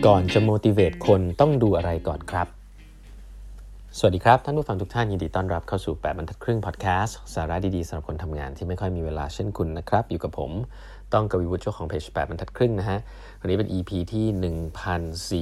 ก่อนจะ motivate คนต้องดูอะไรก่อนครับสวัสดีครับท่านผู้ฟังทุกท่านยินดีต้อนรับเข้าสู่8บรรทัดครึ่งพอดแคสต์สาระดีๆสำหรับคนทำงานที่ไม่ค่อยมีเวลาเช่นคุณนะครับอยู่กับผมต้องกวีวุฒิเจ้าของเพจ8บรรทัดครึ่งนะฮะวันนี้เป็น EP ที่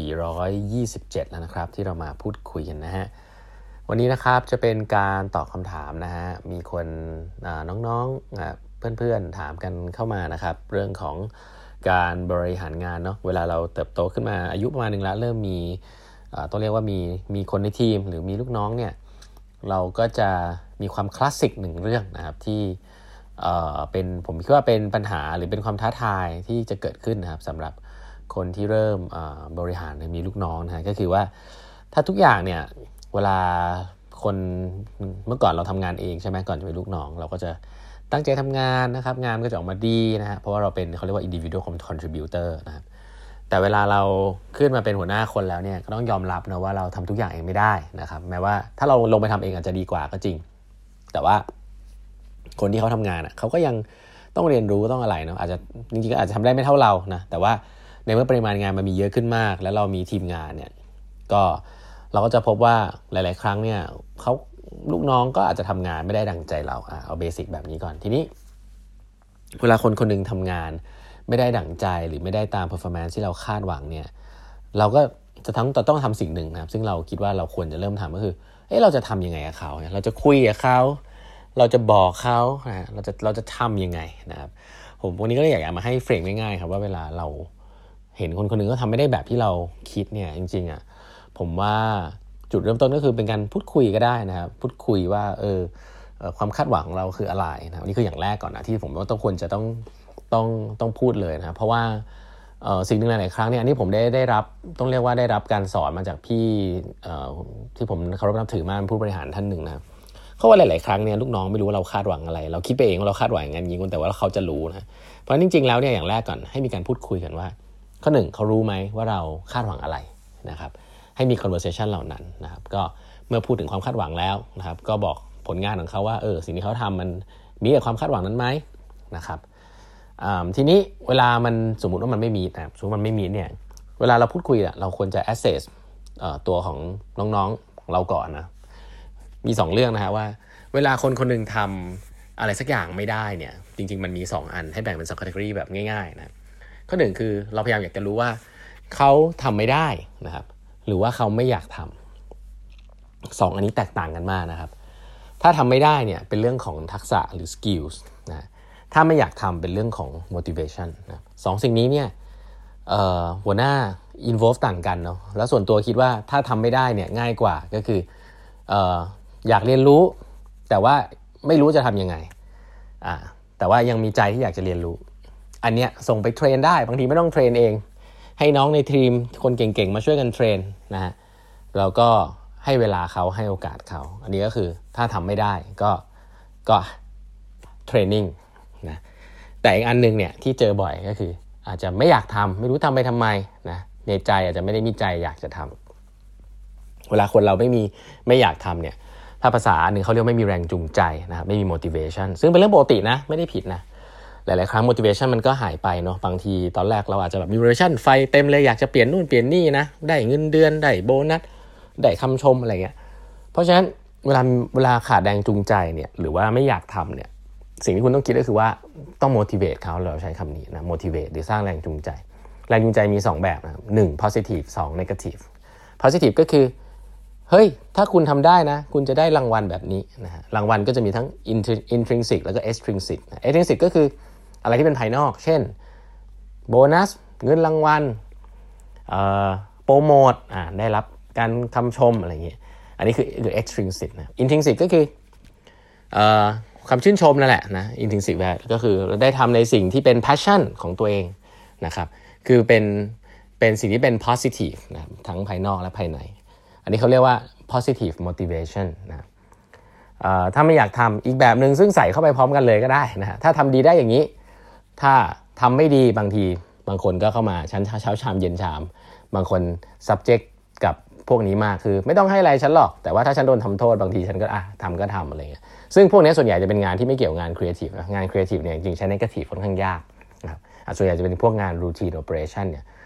1427แล้วนะครับที่เรามาพูดคุยกันนะฮะวันนี้นะครับจะเป็นการตอบคำถามนะฮะมีคนน้องๆเพื่อนๆถามกันเข้ามานะครับเรื่องของการบริหารงานเนาะเวลาเราเติบโตขึ้นมาอายุประมาณนึงแล้วเริ่มมีต้องเรียกว่ามีคนในทีมหรือมีลูกน้องเนี่ยเราก็จะมีความคลาสสิกหนึ่งเรื่องนะครับที่เป็นผมคิดว่าเป็นปัญหาหรือเป็นความท้าทายที่จะเกิดขึ้นนะครับสำหรับคนที่เริ่มบริหารมีลูกน้องนะก็คือว่าถ้าทุกอย่างเนี่ยเวลาคนเมื่อก่อนเราทำงานเองใช่ไหมก่อนจะเป็นลูกน้องเราก็จะตั้งใจทำงานนะครับงานก็จะออกมาดีนะฮะเพราะว่าเราเป็นเขาเรียกว่า individual contributor นะครับแต่เวลาเราขึ้นมาเป็นหัวหน้าคนแล้วเนี่ยก็ต้องยอมรับนะว่าเราทำทุกอย่างเองไม่ได้นะครับแม้ว่าถ้าเราลงไปทำเองอาจจะดีกว่าก็จริงแต่ว่าคนที่เขาทำงานเขาก็ยังต้องเรียนรู้ต้องอะไรเนาะอาจจะจริงๆก็อาจจะทำได้ไม่เท่าเรานะแต่ว่าในเมื่อปริมาณงานมันมีเยอะขึ้นมากแล้วเรามีทีมงานเนี่ยก็เราก็จะพบว่าหลายๆครั้งเนี่ยเขาลูกน้องก็อาจจะทำงานไม่ได้ดังใจเราเอาเบสิกแบบนี้ก่อนทีนี้เวลาคนคนนึงทำงานไม่ได้ดั่งใจหรือไม่ได้ตาม performance ที่เราคาดหวังเนี่ยเราก็จะต้องทำสิ่งหนึ่งนะครับซึ่งเราคิดว่าเราควรจะเริ่มทำก็คือเราจะทำยังไงกับเขาเราจะคุยกับเขาเราจะบอกเขาเราจะทำยังไงนะครับผมวันนี้ก็เลยอยากมาให้เฟรมง่ายๆครับว่าเวลาเราเห็นคนคนนึงก็ทำไม่ได้แบบที่เราคิดเนี่ยจริงๆผมว่าจุดเริ่มต้นก็คือเป็นการพูดคุยก็ได้นะครับพูดคุยว่าความคาดหวังของเราคืออะไรนะนี่คืออย่างแรกก่อนนะที่ผมว่าควรจะต้องพูดเลยนะเพราะว่าสิ่งหนึ่งหลายๆครั้งเนี่ยอันนี้ผมได้รับต้องเรียกว่าได้รับการสอนมาจากพี่ที่ผมเคารพนับถือมากผู้บริหารท่านหนึ่งนะเขาว่าหลายๆครั้งเนี่ยลูกน้องไม่รู้ว่าเราคาดหวังอะไรเราคิดไปเองว่าเราคาดหวังอย่างนั้นอย่างนี้แต่ว่าเขาจะรู้นะเพราะจริงๆแล้วเนี่ยอย่างแรกก่อนให้มีการพูดคุยกันว่าข้อหนึ่งเขารู้ไหมว่าเราคาดหวังอะไรนะครับให้มี conversation เหล่านั้นนะครับก็เมื่อพูดถึงความคาดหวังแล้วนะครับก็บอกผลงานของเขาว่าสิ่งที่เขาทำมันมีกับความคาดหวังนั้นไหมนะครับทีนี้เวลามันสมมุติว่ามันไม่มีนะสมมติมันไม่มีเนี่ยเวลาเราพูดคุยเราควรจะ assess ตัวของน้องๆของเราก่อนนะมี2เรื่องนะฮะว่าเวลาคนคนนึงทำอะไรสักอย่างไม่ได้เนี่ยจริงๆมันมี2อันให้แบ่งเป็น2 category แบบง่ายๆนะข้อ1คือเราพยายามอยากจะรู้ว่าเขาทำไม่ได้นะครับหรือว่าเขาไม่อยากทำ2อันนี้แตกต่างกันมากนะครับถ้าทำไม่ได้เนี่ยเป็นเรื่องของทักษะหรือ skills นะถ้าไม่อยากทำเป็นเรื่องของ motivation นะ2สิ่งนี้เนี่ยหัวหน้า involve ต่างกันเนาะแล้วส่วนตัวคิดว่าถ้าทำไม่ได้เนี่ยง่ายกว่าก็คืออยากเรียนรู้แต่ว่าไม่รู้จะทำยังไงแต่ว่ายังมีใจที่อยากจะเรียนรู้อันเนี้ยส่งไปเทรนได้บางทีไม่ต้องเทรนเองให้น้องในทีมคนเก่งๆมาช่วยกันเทรนนะฮะแล้วก็ให้เวลาเขาให้โอกาสเขาอันนี้ก็คือถ้าทำไม่ได้ก็เทรนนิ่งนะแต่อีกอันนึงเนี่ยที่เจอบ่อยก็คืออาจจะไม่อยากทำไม่รู้ทำไปทำไมนะในใจอาจจะไม่ได้มีใจอยากจะทำเวลาคนเราไม่อยากทำเนี่ยถ้าภาษาหนึ่งเขาเรียกไม่มีแรงจูงใจนะครับไม่มี motivation ซึ่งเป็นเรื่องปกตินะไม่ได้ผิดนะหลายๆครั้ง motivation มันก็หายไปเนาะบางทีตอนแรกเราอาจจะแบบมี motivation ไฟเต็มเลยอยากจะเปลี่ยนนู่นเปลี่ยนนี่นะได้เงินเดือนได้โบนัสได้คำชมอะไรเงี้ยเพราะฉะนั้นเวลาขาดแรงจูงใจเนี่ยหรือว่าไม่อยากทำเนี่ยสิ่งที่คุณต้องคิดก็คือว่าต้อง motivate เขาเราใช้คำนี้นะ motivate หรือสร้างแรงจูงใจแรงจูงใจมี2แบบนะครับ1 positive 2 negative positive ก็คือเฮ้ยถ้าคุณทำได้นะคุณจะได้รางวัลแบบนี้นะฮะรางวัลก็จะมีทั้ง intrinsic แล้วก็ extrinsic extrinsic ก็คืออะไรที่เป็นภายนอกเช่นโบนัสเงินรางวัลโปรโมทได้รับการคำชมอะไรอย่างเงี้ยอันนี้คือ extrinsic นะ intrinsic ก็คือคำชื่นชมนั่นแหละนะ intrinsic value ก็คือได้ทำในสิ่งที่เป็น passion ของตัวเองนะครับคือเป็นสิ่งที่เป็น positive นะทั้งภายนอกและภายในอันนี้เขาเรียกว่า positive motivation นะถ้าไม่อยากทำอีกแบบนึงซึ่งใส่เข้าไปพร้อมกันเลยก็ได้นะฮะถ้าทำดีได้อย่างนี้ถ้าทำไม่ดีบางคนก็เข้ามาชั้นเช้าชามเย็นชามบางคน subject กับพวกนี้มากคือไม่ต้องให้อะไรฉันหรอกแต่ว่าถ้าฉันโดนทำโทษบางทีฉันก็ทำก็ทำอะไรเงี้ยซึ่งพวกนี้ส่วนใหญ่จะเป็นงานที่ไม่เกี่ยวงาน creative นะงาน creative เนี่ยจริงๆใช้ negative ค่อนข้างยากนะครับส่วนใหญ่จะเป็นพวกงาน routine operation เนี่ย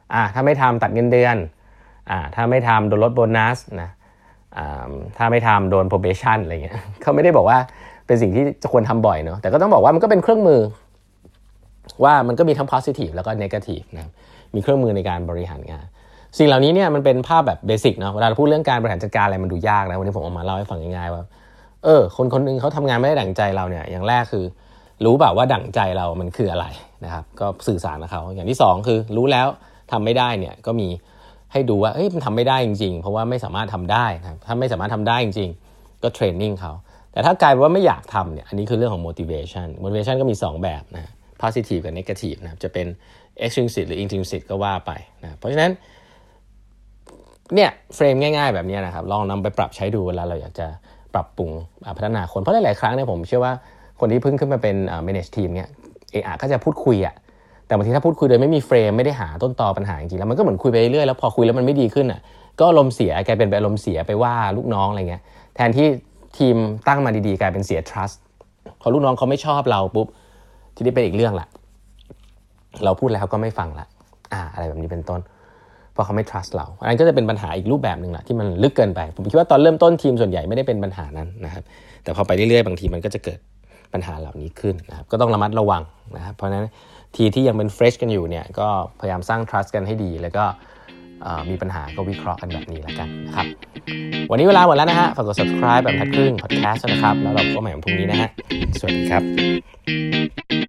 ถ้าไม่ทำตัดเงินเดือนถ้าไม่ทำโดนลดโบนัสนะถ้าไม่ทำโดน probation อะไรเงี้ยเขาไม่ได้บอกว่าเป็นสิ่งที่จะควรทำบ่อยเนาะแต่ก็ต้องบอกว่ามันก็เป็นเครื่องมือว่ามันก็มีทั้ง positive แล้วก็ negative นะมีเครื่องมือในการบริหารงานสิ่งเหล่านี้เนี่ยมันเป็นภาพแบบเบสิกเนาะเวลาเราพูดเรื่องการบริหารจัดการอะไรมันดูยากนะวันนี้ผมเอามาเล่าให้ฟังง่ายๆว่าคนนึงเขาทำงานไม่ได้ดั่งใจเราเนี่ยอย่างแรกคือรู้แบบว่าดั่งใจเรามันคืออะไรนะครับก็สื่อสารกับเขาอย่างที่2คือรู้แล้วทำไม่ได้เนี่ยก็มีให้ดูว่ามันทำไม่ได้จริงๆเพราะว่าไม่สามารถทำได้นะถ้าไม่สามารถทำได้จริงๆก็เทรนนิ่งเขาแต่ถ้ากลายเป็นว่าไม่อยากทำเนี่ยอันนี้คือเรื่องของ motivation ก็มี2แบบนะ positive กับ negative นะจะเป็น extrinsic หรือ intrinsic ก็ว่าไปนะเพราะฉะนั้นเนี่ยเฟรมง่ายๆแบบนี้นะครับลองนำไปปรับใช้ดูเวลาเราอยากจะปรับปรุงพัฒนาคนเพราะหลายๆครั้งเนี่ยผมเชื่อว่าคนที่เพิ่งขึ้นมาเป็น manage team เนี่ยก็จะพูดคุยแต่บางทีถ้าพูดคุยโดยไม่มีเฟรมไม่ได้หาต้นตอปัญหาจริงๆแล้วมันก็เหมือนคุยไปเรื่อยแล้วพอคุยแล้วมันไม่ดีขึ้นก็อารมณ์เสียกลายเป็นอารมณ์เสียไปว่าลูกน้องอะไรเงี้ยแทนที่ทีมตั้งมาดีๆกลายเป็นเสีย trust พอลูกน้องเขาไม่ชอบเราปุ๊บที่นี่เป็นอีกเรื่องละเราพูดแล้วก็ไม่ฟังละอะไรแบบนี้เป็นต้นเพราะเขาไม่ trust เราอันนั้นก็จะเป็นปัญหาอีกรูปแบบนึงแหละที่มันลึกเกินไปผมคิดว่าตอนเริ่มต้นทีมส่วนใหญ่ไม่ได้เป็นปัญหานั้นนะครับแต่พอไปเรื่อยๆบางทีมันก็จะเกิดปัญหาเหล่านี้ขึ้นนะครับก็ต้องระมัดระวังนะครับเพราะฉะนั้นทีที่ยังเป็น fresh กันอยู่เนี่ยก็พยายามสร้าง trust กันให้ดีแล้วก็มีปัญหาก็วิเคราะห์กันแบบนี้แล้วกันนะครับวันนี้เวลาหมดแล้วนะฮะฝากกด subscribe แบบทัดครึ่ง podcast นะครับแล้วเราพบกันใหม่วันพรุ่งนี้นะฮะสวัสดีครับ